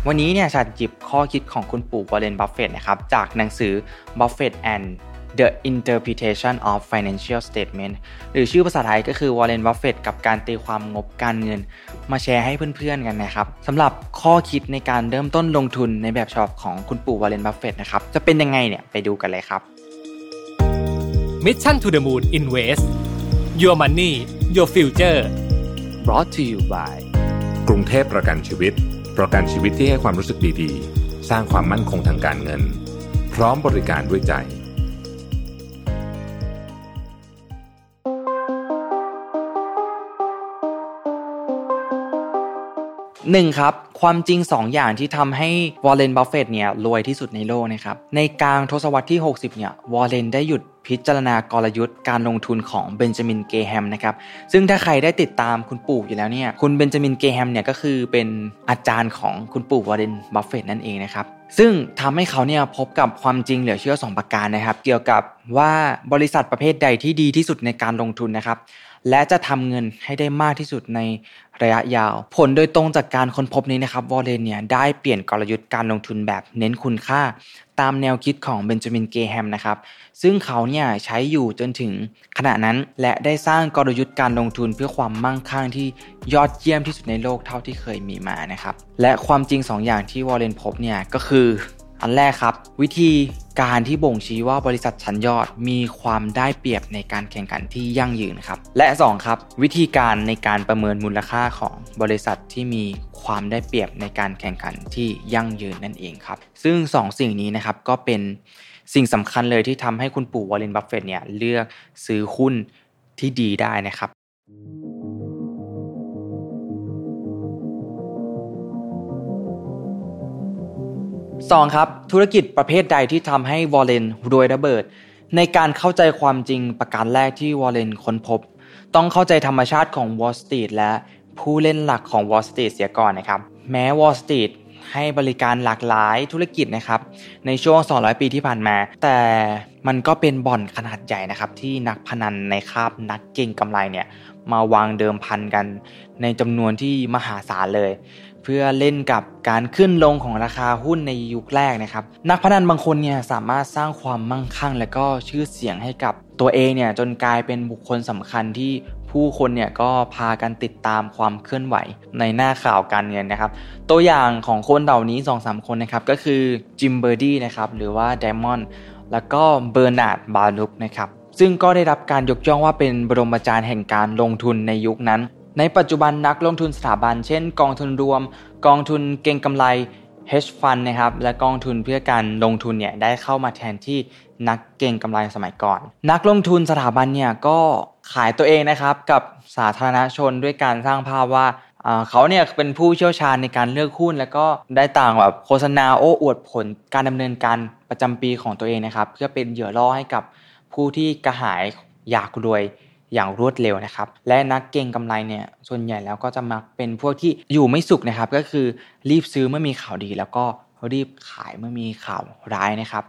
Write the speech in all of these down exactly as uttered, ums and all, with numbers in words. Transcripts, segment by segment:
วันนี้เนี่ยฉันหยิบข้อคิดของคุณปู่วอร์เรน บัฟเฟตต์นะครับจากหนังสือ Buffett and The Interpretation of Financial Statement หรือชื่อภาษาไทยก็คือ Warren Buffett กับการตีความงบการเงินมาแชร์ให้เพื่อนๆกันนะครับสำหรับข้อคิดในการเริ่มต้นลงทุนในแบบฉบับของคุณปู่ Warren Buffett นะครับจะเป็นยังไงเนี่ยไปดูกันเลยครับ Mission to the Moon Invest Your Money Your Future Brought to you by กรุงเทพประกันชีวิตประกันชีวิตที่ให้ความรู้สึกดีๆสร้างความมั่นคงทางการเงินพร้อมบริการด้วยใจหนึ่งครับความจริงสองอย่างที่ทำให้วอร์เรน บัฟเฟตต์เนี่ยรวยที่สุดในโลกนะครับในกลางทศวรรษที่หกสิบเนี่ยวอร์เรนได้หยุดพิจารณากลยุทธ์การลงทุนของเบนจามิน เกแฮมนะครับซึ่งถ้าใครได้ติดตามคุณปู่อยู่แล้วเนี่ยคุณเบนจามิน เกแฮมเนี่ยก็คือเป็นอาจารย์ของคุณปู่วอร์เรน บัฟเฟตต์นั่นเองนะครับซึ่งทำให้เขาเนี่ยพบกับความจริงเหลือเชื่อสองประการนะครับเกี่ยวกับว่าบริษัทประเภทใดที่ดีที่สุดในการลงทุนนะครับและจะทำเงินให้ได้มากที่สุดในระยะยาวผลโดยตรงจากการค้นพบนี้นะครับวอร์เรนเนี่ยได้เปลี่ยนกลยุทธ์การลงทุนแบบเน้นคุณค่าตามแนวคิดของเบนจามิน เกแฮมนะครับซึ่งเขาเนี่ยใช้อยู่จนถึงขณะนั้นและได้สร้างกลยุทธ์การลงทุนเพื่อความมั่งคั่งที่ยอดเยี่ยมที่สุดในโลกเท่าที่เคยมีมานะครับและความจริงสองอย่างที่วอร์เรนพบเนี่ยก็คืออันแรกครับวิธีการที่บ่งชี้ว่าบริษัทชั้นยอดมีความได้เปรียบในการแข่งขันที่ยั่งยืนครับและสองครับวิธีการในการประเมินมูลค่าของบริษัทที่มีความได้เปรียบในการแข่งขันที่ยั่งยืนนั่นเองครับซึ่งสองสิ่งนี้นะครับก็เป็นสิ่งสำคัญเลยที่ทำให้คุณปู่วอร์เรน บัฟเฟตต์เนี่ยเลือกซื้อหุ้นที่ดีได้นะครับสองครับธุรกิจประเภทใดที่ทำให้วอร์เรนรวยระเบิดในการเข้าใจความจริงประการแรกที่วอร์เรนค้นพบต้องเข้าใจธรรมชาติของ Wall Street และผู้เล่นหลักของ Wall Street เสียก่อนนะครับแม้ Wall Street ให้บริการหลากหลายธุรกิจนะครับในช่วงสองร้อยปีที่ผ่านมาแต่มันก็เป็นบ่อนขนาดใหญ่นะครับที่นักพนันในคราบนักเก็งกำไรเนี่ยมาวางเดิมพันกันในจำนวนที่มหาศาลเลยเพื่อเล่นกับการขึ้นลงของราคาหุ้นในยุคแรกนะครับนักพนันบางคนเนี่ยสามารถสร้างความมั่งคั่งและก็ชื่อเสียงให้กับตัวเองเนี่ยจนกลายเป็นบุคคลสำคัญที่ผู้คนเนี่ยก็พากันติดตามความเคลื่อนไหวในหน้าข่าวการเงินนะครับตัวอย่างของคนเหล่านี้ สองสาม คนนะครับก็คือจิมเบอร์ดี้นะครับหรือว่าไดมอนด์แล้วก็เบอร์นาร์ด บาลุกนะครับซึ่งก็ได้รับการยกย่องว่าเป็นบรมอาจารย์แห่งการลงทุนในยุคนั้นในปัจจุบันนักลงทุนสถาบันเช่นกองทุนรวมกองทุนเก็งกำไร hedge fund นะครับและกองทุนเพื่อการลงทุนเนี่ยได้เข้ามาแทนที่นักเก็งกำไรสมัยก่อนนักลงทุนสถาบันเนี่ยก็ขายตัวเองนะครับกับสาธารณชนด้วยการสร้างภาพว่าเขาเนี่ยเป็นผู้เชี่ยวชาญในการเลือกหุ้นแล้วก็ได้ต่างแบบโฆษณาโอ้อวดผลการดำเนินการประจำปีของตัวเองนะครับเพื่อเป็นเหยื่อล่อให้กับผู้ที่กระหายอยากรวยอย่างรวดเร็วนะครับและนักเก็งกำไรเนี่ยส่วนใหญ่แล้วก็จะมักเป็นพวกที่อยู่ไม่สุขนะครับก็คือรีบซื้อเมื่อมีข่าวดีแล้วก็รีบขายเมื่อมีข่าวร้ายนะครับ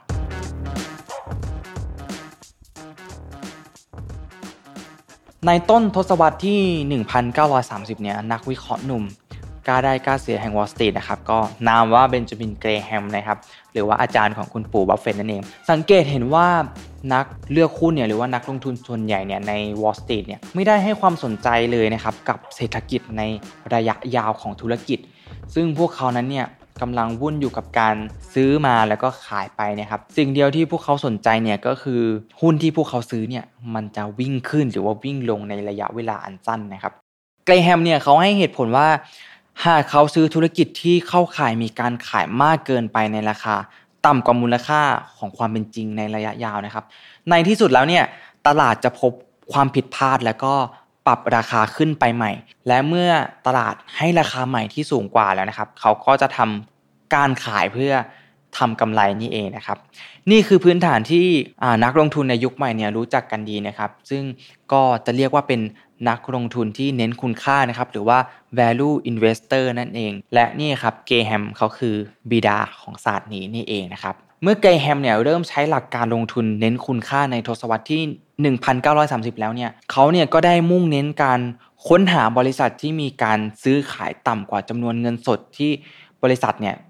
ในต้นทศวรรษที่หนึ่งพันเก้าร้อยสามสิบเนี่ยนักวิเคราะห์หนุ่มกล้าได้กล้าเสียแห่ง Wall Street นะครับก็นามว่าเบนจามิน เกรแฮมนะครับหรือว่าอาจารย์ของคุณปู่บัฟเฟตต์นั่นเองสังเกตเห็นว่านักเลือกหุ้นเนี่ยหรือว่านักลงทุนส่วนใหญ่เนี่ยใน Wall Street เนี่ยไม่ได้ให้ความสนใจเลยนะครับกับเศรษฐกิจในระยะยาวของธุรกิจซึ่งพวกเขานั้นเนี่ยกำลังวุ่นอยู่กับการซื้อมาแล้วก็ขายไปนะครับสิ่งเดียวที่พวกเขาสนใจเนี่ยก็คือหุ้นที่พวกเขาซื้อเนี่ยมันจะวิ่งขึ้นหรือว่าวิ่งลงในระยะเวลาอันสั้นนะครับเกรแฮมเนี่ยเขาให้เหตุผลว่าหากเขาซื้อธุรกิจที่เข้าข่ายมีการขายมากเกินไปในราคาต่ำกว่ามูลค่าของความเป็นจริงในระยะยาวนะครับในที่สุดแล้วเนี่ยตลาดจะพบความผิดพลาดแล้วก็ปรับราคาขึ้นไปใหม่และเมื่อตลาดให้ราคาใหม่ที่สูงกว่าแล้วนะครับเขาก็จะทำการขายเพื่อทำกำไรนี่เองนะครับนี่คือพื้นฐานที่นักลงทุนในยุคใหม่เนี่ยรู้จักกันดีนะครับซึ่งก็จะเรียกว่าเป็นนักลงทุนที่เน้นคุณค่านะครับหรือว่า value investor นั่นเองและนี่ครับเกรแฮมเขาคือบิดาของศาสตร์นี้นี่เองนะครับเมื่อเกรแฮมเนี่ยเริ่มใช้หลักการลงทุนเน้นคุณค่าในทศวรรษที่หนึ่งพันเก้าร้อยสามสิบแล้วเนี่ยเขาเนี่ยก็ได้มุ่งเน้นการค้นหาบริษัทที่มีการซื้อขายต่ำกว่าจำนวนเงินสดที่บริษัทเนี่ย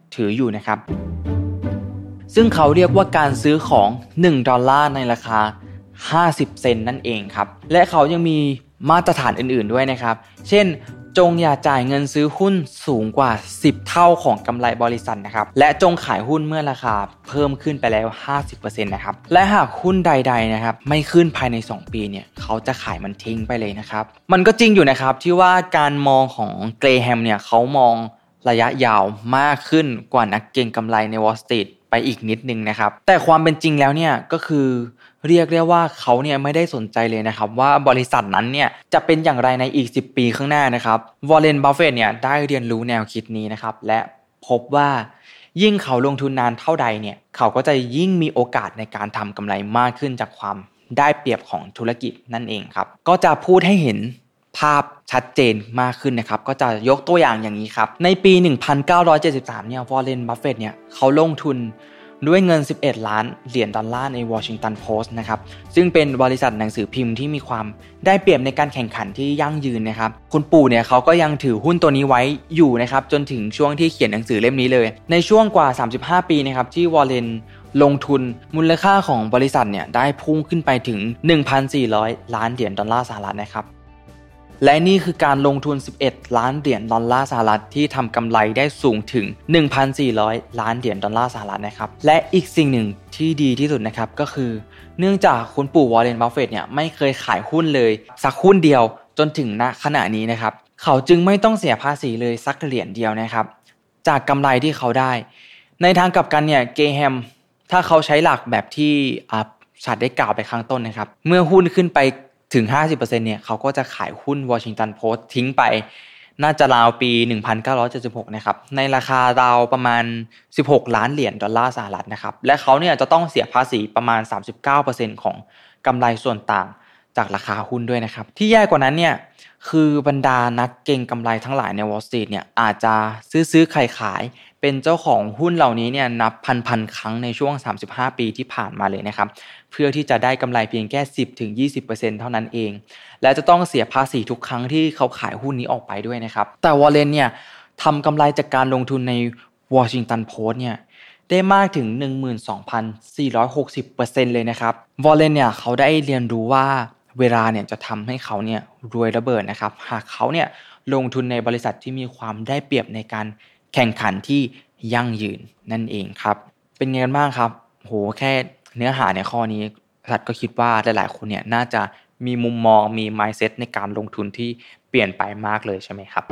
ถืออยู่นะครับซึ่งเขาเรียกว่าการซื้อของหนึ่งดอลลาร์ในราคาห้าสิบเซนต์นั่นเองครับและเขายังมีมาตรฐานอื่นๆด้วยนะครับเช่นจงอย่าจ่ายเงินซื้อหุ้นสูงกว่าสิบเท่าของกำไรบริษัทนะครับและจงขายหุ้นเมื่อราคาเพิ่มขึ้นไปแล้ว ห้าสิบเปอร์เซ็นต์ นะครับและหากหุ้นใดๆนะครับไม่ขึ้นภายในสองปีเนี่ยเขาจะขายมันทิ้งไปเลยนะครับมันก็จริงอยู่นะครับที่ว่าการมองของเกรแฮมเนี่ยเขามองระยะยาวมากขึ้นกว่านักเก็งกำไรใน Wall Street ไปอีกนิดนึงนะครับแต่ความเป็นจริงแล้วเนี่ยก็คือเรียกได้ว่าเขาเนี่ยไม่ได้สนใจเลยนะครับว่าบริษัทนั้นเนี่ยจะเป็นอย่างไรในอีกสิบปีข้างหน้านะครับวอร์เรน บัฟเฟตต์เนี่ยได้เรียนรู้แนวคิดนี้นะครับและพบว่ายิ่งเขาลงทุนนานเท่าใดเนี่ยเขาก็จะยิ่งมีโอกาสในการทำกำไรมากขึ้นจากความได้เปรียบของธุรกิจนั่นเองครับก็จะพูดให้เห็นภาพชัดเจนมากขึ้นนะครับก็จะยกตัวอย่างอย่างนี้ครับในปีหนึ่งพันเก้าร้อยเจ็ดสิบสามเนี่ยวอร์เรน บัฟเฟตต์เนี่ยเขาลงทุนด้วยเงินสิบเอ็ดล้านเหรียญดอลลาร์ใน Washington Post นะครับซึ่งเป็นบริษัทหนังสือพิมพ์ที่มีความได้เปรียบในการแข่งขันที่ยั่งยืนนะครับคุณปู่เนี่ยเขาก็ยังถือหุ้นตัวนี้ไว้อยู่นะครับจนถึงช่วงที่เขียนหนังสือเล่มนี้เลยในช่วงกว่าสามสิบห้าปีนะครับที่วอร์เรนลงทุนมูลค่าของบริษัทเนี่ยได้พุ่งขึ้นไปถึง หนึ่งพันสี่ร้อย ล้านเหรียญดอลลาร์สหรัฐนะครับและนี่คือการลงทุนสิบเอ็ดล้านเหรียญดอลลาร์สหรัฐที่ทำกำไรได้สูงถึง หนึ่งพันสี่ร้อย ล้านเหรียญดอลลาร์สหรัฐนะครับและอีกสิ่งหนึ่งที่ดีที่สุดนะครับก็คือเนื่องจากคุณปู่วอร์เรน บัฟเฟตต์เนี่ยไม่เคยขายหุ้นเลยสักหุ้นเดียวจนถึงณขณะนี้นะครับเขาจึงไม่ต้องเสียภาษีเลยสักเหรียญเดียวนะครับจากกำไรที่เขาได้ในทางกลับกันเนี่ยเกแฮมถ้าเขาใช้หลักแบบที่อ่าชัดได้กล่าวไปข้างต้นนะครับเมื่อหุ้นขึ้นไปถึง ห้าสิบเปอร์เซ็นต์ เนี่ยเขาก็จะขายหุ้น Washington Post ทิ้งไปน่าจะราวปีหนึ่งพันเก้าร้อยเจ็ดสิบหกนะครับในราคาราวประมาณสิบหกล้านเหรียญดอลลาร์สหรัฐนะครับและเขาเนี่ยจะต้องเสียภาษีประมาณ สามสิบเก้าเปอร์เซ็นต์ ของกำไรส่วนต่างจากราคาหุ้นด้วยนะครับที่แย่กว่านั้นเนี่ยคือบรรดานักเก็งกำไรทั้งหลายใน Wall Street เนี่ยอาจจะซื้อซื้อขายขายเป็นเจ้าของหุ้นเหล่านี้เนี่ยนับพันๆครั้งในช่วงสามสิบห้าปีที่ผ่านมาเลยนะครับเพื่อที่จะได้กำไรเพียงแค่ สิบถึงยี่สิบเปอร์เซ็นต์ เท่านั้นเองและจะต้องเสียภาษีทุกครั้งที่เขาขายหุ้นนี้ออกไปด้วยนะครับแต่วอร์เรนเนี่ยทำกำไรจากการลงทุนใน Washington Post เนี่ยได้มากถึง หนึ่งหมื่นสองพันสี่ร้อยหกสิบเปอร์เซ็นต์ เลยนะครับวอร์เรนเนี่ยเขาได้เรียนรู้ว่าเวลาเนี่ยจะทำให้เขาเนี่ยรวยระเบิดนะครับหากเขาเนี่ยลงทุนในบริษัทที่มีความได้เปรียบในการแข่งขันที่ยั่งยืนนั่นเองครับเป็นไงกันบ้างครับโหแค่เนื้อหาในข้อนี้สัตว์ก็คิดว่าหลายๆคนเนี่ยน่าจะมีมุมมองมี mindset ในการลงทุนที่เปลี่ยนไปมากเลยใช่ไหมครับ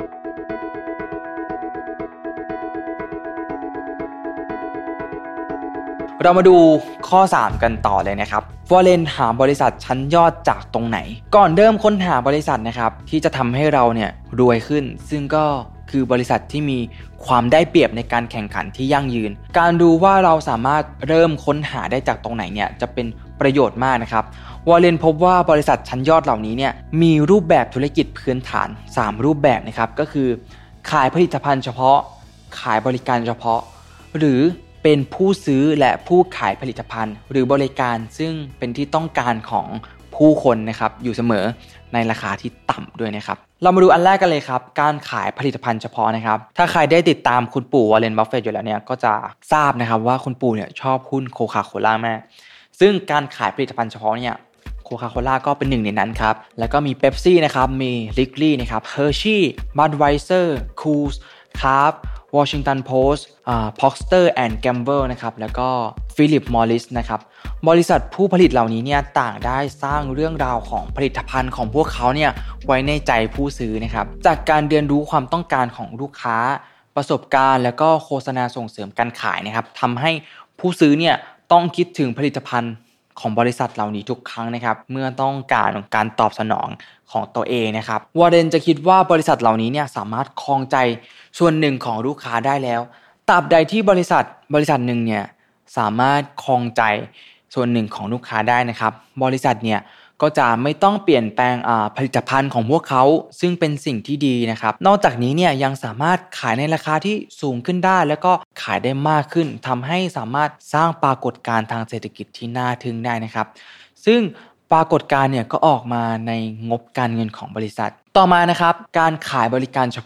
เรามาดูข้อสามกันต่อเลยนะครับวอร์เรนหาบริษัทชั้นยอดจากตรงไหนก่อนเริ่มค้นหาบริษัทนะครับที่จะทำให้เราเนี่ยรวยขึ้นซึ่งก็คือบริษัทที่มีความได้เปรียบในการแข่งขันที่ยั่งยืนการดูว่าเราสามารถเริ่มค้นหาได้จากตรงไหนเนี่ยจะเป็นประโยชน์มากนะครับวอร์เรนพบว่าบริษัทชั้นยอดเหล่านี้เนี่ยมีรูปแบบธุรกิจพื้นฐานสามรูปแบบนะครับก็คือขายผลิตภัณฑ์เฉพาะขายบริการเฉพาะหรือเป็นผู้ซื้อและผู้ขายผลิตภัณฑ์หรือบริการซึ่งเป็นที่ต้องการของผู้คนนะครับอยู่เสมอในราคาที่ต่ำด้วยนะครับเรามาดูอันแรกกันเลยครับการขายผลิตภัณฑ์เฉพาะนะครับถ้าใครได้ติดตามคุณปู่วอร์เรน บัฟเฟตต์อยู่แล้วเนี่ยก็จะทราบนะครับว่าคุณปู่เนี่ยชอบหุ้นโคคาโคล่ามากซึ่งการขายผลิตภัณฑ์เฉพาะเนี่ยโคคาโคล่าก็เป็นหนึ่งในนั้นครับแล้วก็มีเป๊ปซี่นะครับมีลิกลี่นะครับเฮอร์ชี่บัดไวเซอร์คูลส์คาร์ฟWashington Post อ่า Procter แอนด์ Gamble นะครับแล้วก็ Philip Morris นะครับบริษัทผู้ผลิตเหล่านี้เนี่ยต่างได้สร้างเรื่องราวของผลิตภัณฑ์ของพวกเขาเนี่ยไว้ในใจผู้ซื้อนะครับจากการเรียนรู้ความต้องการของลูกค้าประสบการณ์แล้วก็โฆษณาส่งเสริมการขายนะครับทำให้ผู้ซื้อเนี่ยต้องคิดถึงผลิตภัณฑ์ของบริษัทเหล่านี้ทุกครั้งนะครับเมื่อต้องการการตอบสนองของตัวเองนะครับวอร์เรนจะคิดว่าบริษัทเหล่านี้เนี่ยสามารถครองใจส่วนหนึ่งของลูกค้าได้แล้วตราบใดที่บริษัทบริษัทหนึ่งเนี่ยสามารถครองใจส่วนหนึ่งของลูกค้าได้นะครับบริษัทเนี่ยก็จะไม่ต้องเปลี่ยนแปลงผลิตภัณฑ์ของพวกเขาซึ่งเป็นสิ่งที่ดีนะครับนอกจากนี้เนี่ยยังสามารถขายในราคาที่สูงขึ้นได้แล้วก็ขายได้มากขึ้นทำให้สามารถสร้างปรากฏการณ์ทางเศรษฐกิจที่น่าทึ่งได้นะครับซึ่งปรากฏการณ์เนี่ยก็ออกมาในงบการเงินของบริษัทต่อมานะครับการขายบริการเฉพาะ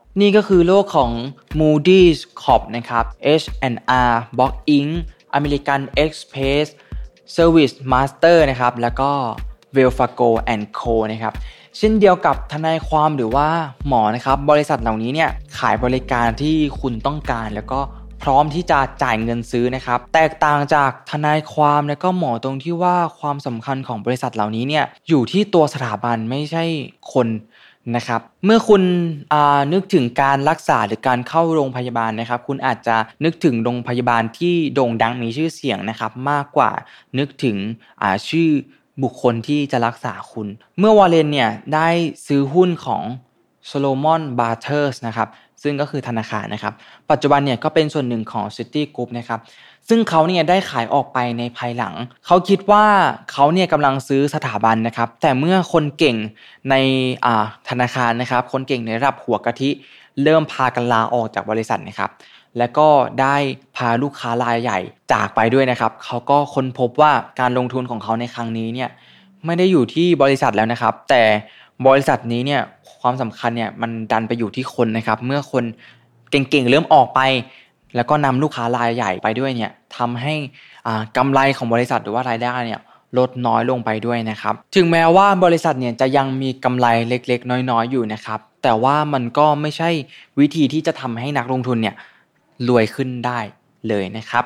นี่ก็คือโลกของ Moody's Corp นะครับ H and R Block อิงค์ American Express Service Master นะครับแล้วก็ Wells Fargo แอนด์ Co นะครับเช่นเดียวกับทนายความหรือว่าหมอนะครับบริษัทเหล่านี้เนี่ยขายบริการที่คุณต้องการแล้วก็พร้อมที่จะจ่ายเงินซื้อนะครับแตกต่างจากทนายความและก็หมอตรงที่ว่าความสำคัญของบริษัทเหล่านี้เนี่ยอยู่ที่ตัวสถาบันไม่ใช่คนนะครับเมื่อคุณนึกถึงการรักษาหรือการเข้าโรงพยาบาลนะครับคุณอาจจะนึกถึงโรงพยาบาลที่โด่งดังมีชื่อเสียงนะครับมากกว่านึกถึงชื่อบุคคลที่จะรักษาคุณเมื่อวอร์เรนเนี่ยได้ซื้อหุ้นของ Salomon Brothers นะครับซึ่งก็คือธนาคารนะครับปัจจุบันเนี่ยก็เป็นส่วนหนึ่งของ City Group นะครับซึ่งเขาเนี่ยได้ขายออกไปในภายหลังเขาคิดว่าเขาเนี่ยกำลังซื้อสถาบันนะครับแต่เมื่อคนเก่งในอ่าธนาคารนะครับคนเก่งในระดับหัวกะทิเริ่มพากันลาออกจากบริษัทนะครับและก็ได้พาลูกค้ารายใหญ่จากไปด้วยนะครับเขาก็ค้นพบว่าการลงทุนของเขาในครั้งนี้เนี่ยไม่ได้อยู่ที่บริษัทแล้วนะครับแต่บริษัทนี้เนี่ยความสำคัญเนี่ยมันดันไปอยู่ที่คนนะครับเมื่อคนเก่งๆเริ่มออกไปแล้วก็นำลูกค้ารายใหญ่ไปด้วยเนี่ยทำให้อ่ากำไรของบริษัทหรือว่ารายได้เนี่ยลดน้อยลงไปด้วยนะครับถึงแม้ว่าบริษัทเนี่ยจะยังมีกำไรเล็กๆน้อยๆอยู่นะครับแต่ว่ามันก็ไม่ใช่วิธีที่จะทำให้นักลงทุนเนี่ยรวยขึ้นได้เลยนะครับ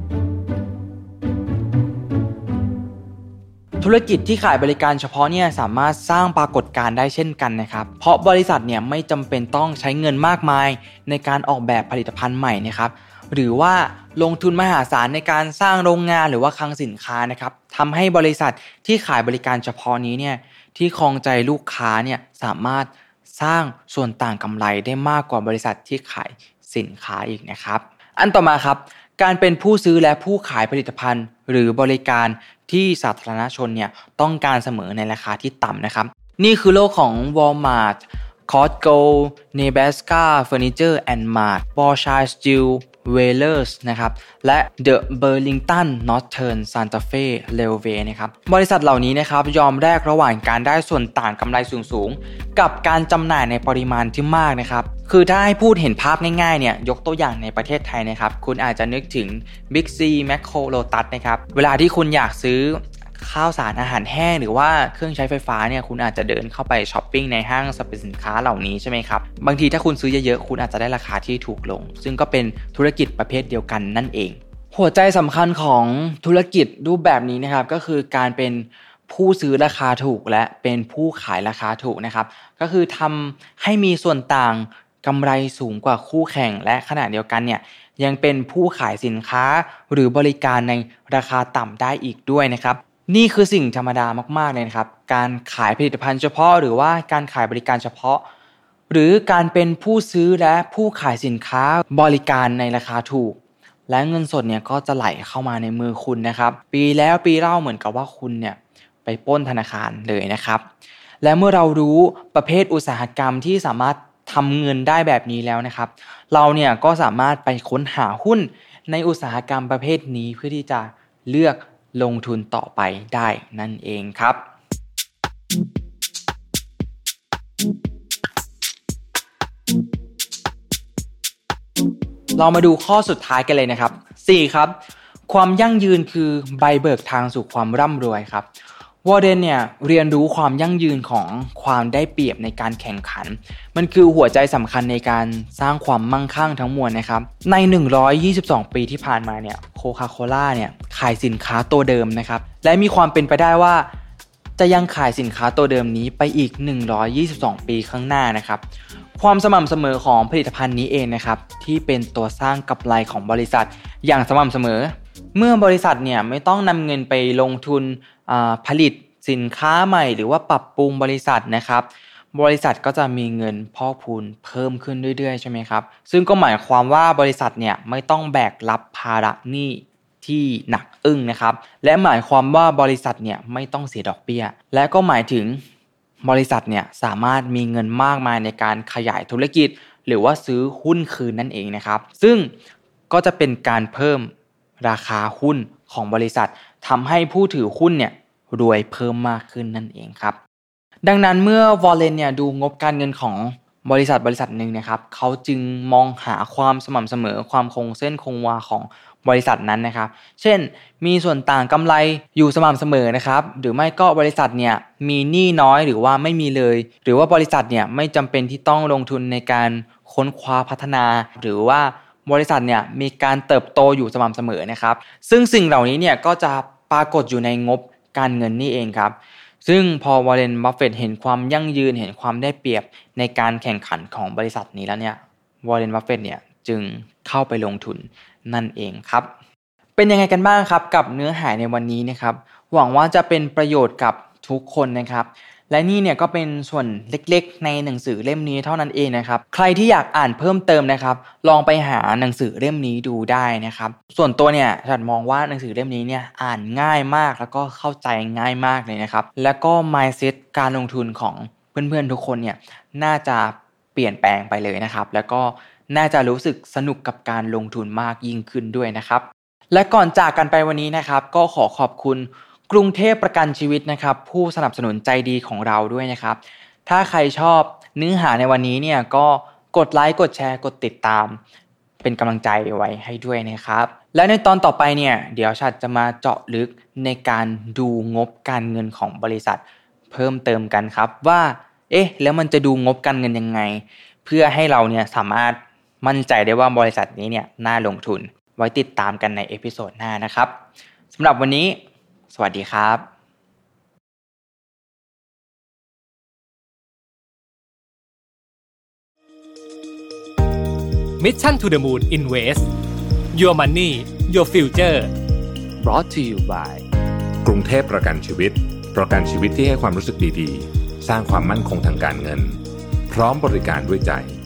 ธุรกิจที่ขายบริการเฉพาะเนี่ยสามารถสร้างปรากฏการณ์ได้เช่นกันนะครับเพราะบริษัทเนี่ยไม่จำเป็นต้องใช้เงินมากมายในการออกแบบผลิตภัณฑ์ใหม่นะครับหรือว่าลงทุนมหาศาลในการสร้างโรงงานหรือว่าคลังสินค้านะครับทำให้บริษัทที่ขายบริการเฉพาะนี้เนี่ยที่ครองใจลูกค้าเนี่ยสามารถสร้างส่วนต่างกำไรได้มากกว่าบริษัทที่ขายสินค้าอีกนะครับอันต่อมาครับการเป็นผู้ซื้อและผู้ขายผลิตภัณฑ์หรือบริการที่สาธารณชนเนี่ยต้องการเสมอในราคาที่ต่ำนะครับนี่คือโลกของ Walmart, Costco, Nebraska Furniture and Mart, Berkshire Steel, Whalers นะครับและ The Burlington Northern Santa Fe Railway นะครับบริษัทเหล่านี้นะครับยอมแลกระหว่างการได้ส่วนต่างกำไรสูงๆกับการจำหน่ายในปริมาณที่มากนะครับคือถ้าให้พูดเห็นภาพง่ายๆเนี่ยยกตัวอย่างในประเทศไทยนะครับคุณอาจจะนึกถึง Big C, Macro, Lotus นะครับเวลาที่คุณอยากซื้อข้าวสารอาหารแห้งหรือว่าเครื่องใช้ไฟฟ้าเนี่ยคุณอาจจะเดินเข้าไปช้อปปิ้งในห้างสรรพสินค้าเหล่านี้ใช่ไหมครับบางทีถ้าคุณซื้อเยอะๆคุณอาจจะได้ราคาที่ถูกลงซึ่งก็เป็นธุรกิจประเภทเดียวกันนั่นเองหัวใจสำคัญของธุรกิจรูปแบบนี้นะครับก็คือการเป็นผู้ซื้อราคาถูกและเป็นผู้ขายราคาถูกนะครับก็คือทำให้มีส่วนต่างกำไรสูงกว่าคู่แข่งและขณะเดียวกันเนี่ยยังเป็นผู้ขายสินค้าหรือบริการในราคาต่ำได้อีกด้วยนะครับนี่คือสิ่งธรรมดามากๆเลยนะครับการขายผลิตภัณฑ์เฉพาะหรือว่าการขายบริการเฉพาะหรือการเป็นผู้ซื้อและผู้ขายสินค้าบริการในราคาถูกและเงินสดเนี่ยก็จะไหลเข้ามาในมือคุณนะครับปีแล้วปีเล่าเหมือนกับว่าคุณเนี่ยไปปล้นธนาคารเลยนะครับและเมื่อเรารู้ประเภทอุตสาหกรรมที่สามารถทำเงินได้แบบนี้แล้วนะครับเราเนี่ยก็สามารถไปค้นหาหุ้นในอุตสาหกรรมประเภทนี้เพื่อที่จะเลือกลงทุนต่อไปได้นั่นเองครับเรามาดูข้อสุดท้ายกันเลยนะครับสี่ครับความยั่งยืนคือใบเบิกทางสู่ความร่ำรวยครับวอร์เรนเนี่ยเรียนรู้ความยั่งยืนของความได้เปรียบในการแข่งขันมันคือหัวใจสำคัญในการสร้างความมั่งคั่งทั้งมวลนะครับในหนึ่งร้อยยี่สิบสองปีที่ผ่านมาเนี่ยโคคาโคล่าเนี่ยขายสินค้าตัวเดิมนะครับและมีความเป็นไปได้ว่าจะยังขายสินค้าตัวเดิมนี้ไปอีกหนึ่งร้อยยี่สิบสองปีข้างหน้านะครับความสม่ำเสมอของผลิตภัณฑ์นี้เองนะครับที่เป็นตัวสร้างกำไรของบริษัทอย่างสม่ำเสมอเมื่อบริษัทเนี่ยไม่ต้องนำเงินไปลงทุนผลิตสินค้าใหม่หรือว่าปรับปรุงบริษัทนะครับบริษัทก็จะมีเงินพอกพูนเพิ่มขึ้นเรื่อยๆใช่ไหมครับซึ่งก็หมายความว่าบริษัทเนี่ยไม่ต้องแบกรับภาระหนี้ที่หนักอึ้งนะครับและหมายความว่าบริษัทเนี่ยไม่ต้องเสียดอกเบี้ยและก็หมายถึงบริษัทเนี่ยสามารถมีเงินมากมายในการขยายธุรกิจหรือว่าซื้อหุ้นคืนนั่นเองนะครับซึ่งก็จะเป็นการเพิ่มราคาหุ้นของบริษัททำให้ผู้ถือหุ้นเนี่ยรวยเพิ่มมากขึ้นนั่นเองครับดังนั้นเมื่อวอร์เรนเนี่ยดูงบการเงินของบริษัทบริษัทหนึ่งนะครับเขาจึงมองหาความสม่ำเสมอความคงเส้นคงวาของบริษัทนั้นนะครับเช่นมีส่วนต่างกำไรอยู่สม่ำเสมอนะครับหรือไม่ก็บริษัทเนี่ยมีหนี้น้อยหรือว่าไม่มีเลยหรือว่าบริษัทเนี่ยไม่จำเป็นที่ต้องลงทุนในการค้นคว้าพัฒนาหรือว่าบริษัทเนี่ยมีการเติบโตอยู่สม่ำเสมอนะครับซึ่งสิ่งเหล่านี้เนี่ยก็จะปรากฏอยู่ในงบการเงินนี่เองครับซึ่งพอวอร์เรน บัฟเฟตต์เห็นความยั่งยืนเห็นความได้เปรียบในการแข่งขันของบริษัทนี้แล้วเนี่ยวอร์เรน บัฟเฟตต์เนี่ยจึงเข้าไปลงทุนนั่นเองครับเป็นยังไงกันบ้างครับกับเนื้อหาในวันนี้นะครับหวังว่าจะเป็นประโยชน์กับทุกคนนะครับและนี่เนี่ยก็เป็นส่วนเล็กๆในหนังสือเล่มนี้เท่านั้นเองนะครับใครที่อยากอ่านเพิ่มเติมนะครับลองไปหาหนังสือเล่มนี้ดูได้นะครับส่วนตัวเนี่ยฉันมองว่าหนังสือเล่มนี้เนี่ยอ่านง่ายมากแล้วก็เข้าใจง่ายมากเลยนะครับแล้วก็ mindset การลงทุนของเพื่อนๆทุกคนเนี่ยน่าจะเปลี่ยนแปลงไปเลยนะครับแล้วก็น่าจะรู้สึกสนุกกับการลงทุนมากยิ่งขึ้นด้วยนะครับและก่อนจากกันไปวันนี้นะครับก็ขอขอบคุณกรุงเทพประกันชีวิตนะครับผู้สนับสนุนใจดีของเราด้วยนะครับถ้าใครชอบเนื้อหาในวันนี้เนี่ยก็กดไลค์กดแชร์กดติดตามเป็นกำลังใจไว้ให้ด้วยนะครับและในตอนต่อไปเนี่ยเดี๋ยวฉันจะมาเจาะลึกในการดูงบการเงินของบริษัทเพิ่มเติมกันครับว่าเอ๊ะแล้วมันจะดูงบการเงินยังไงเพื่อให้เราเนี่ยสามารถมั่นใจได้ว่าบริษัทนี้เนี่ยน่าลงทุนไว้ติดตามกันในเอพิโซดหน้านะครับสำหรับวันนี้สวัสดีครับ Mission to the Moon Invest Your Money Your Future brought to you by กรุงเทพประกันชีวิตประกันชีวิตที่ให้ความรู้สึกดีๆสร้างความมั่นคงทางการเงินพร้อมบริการด้วยใจ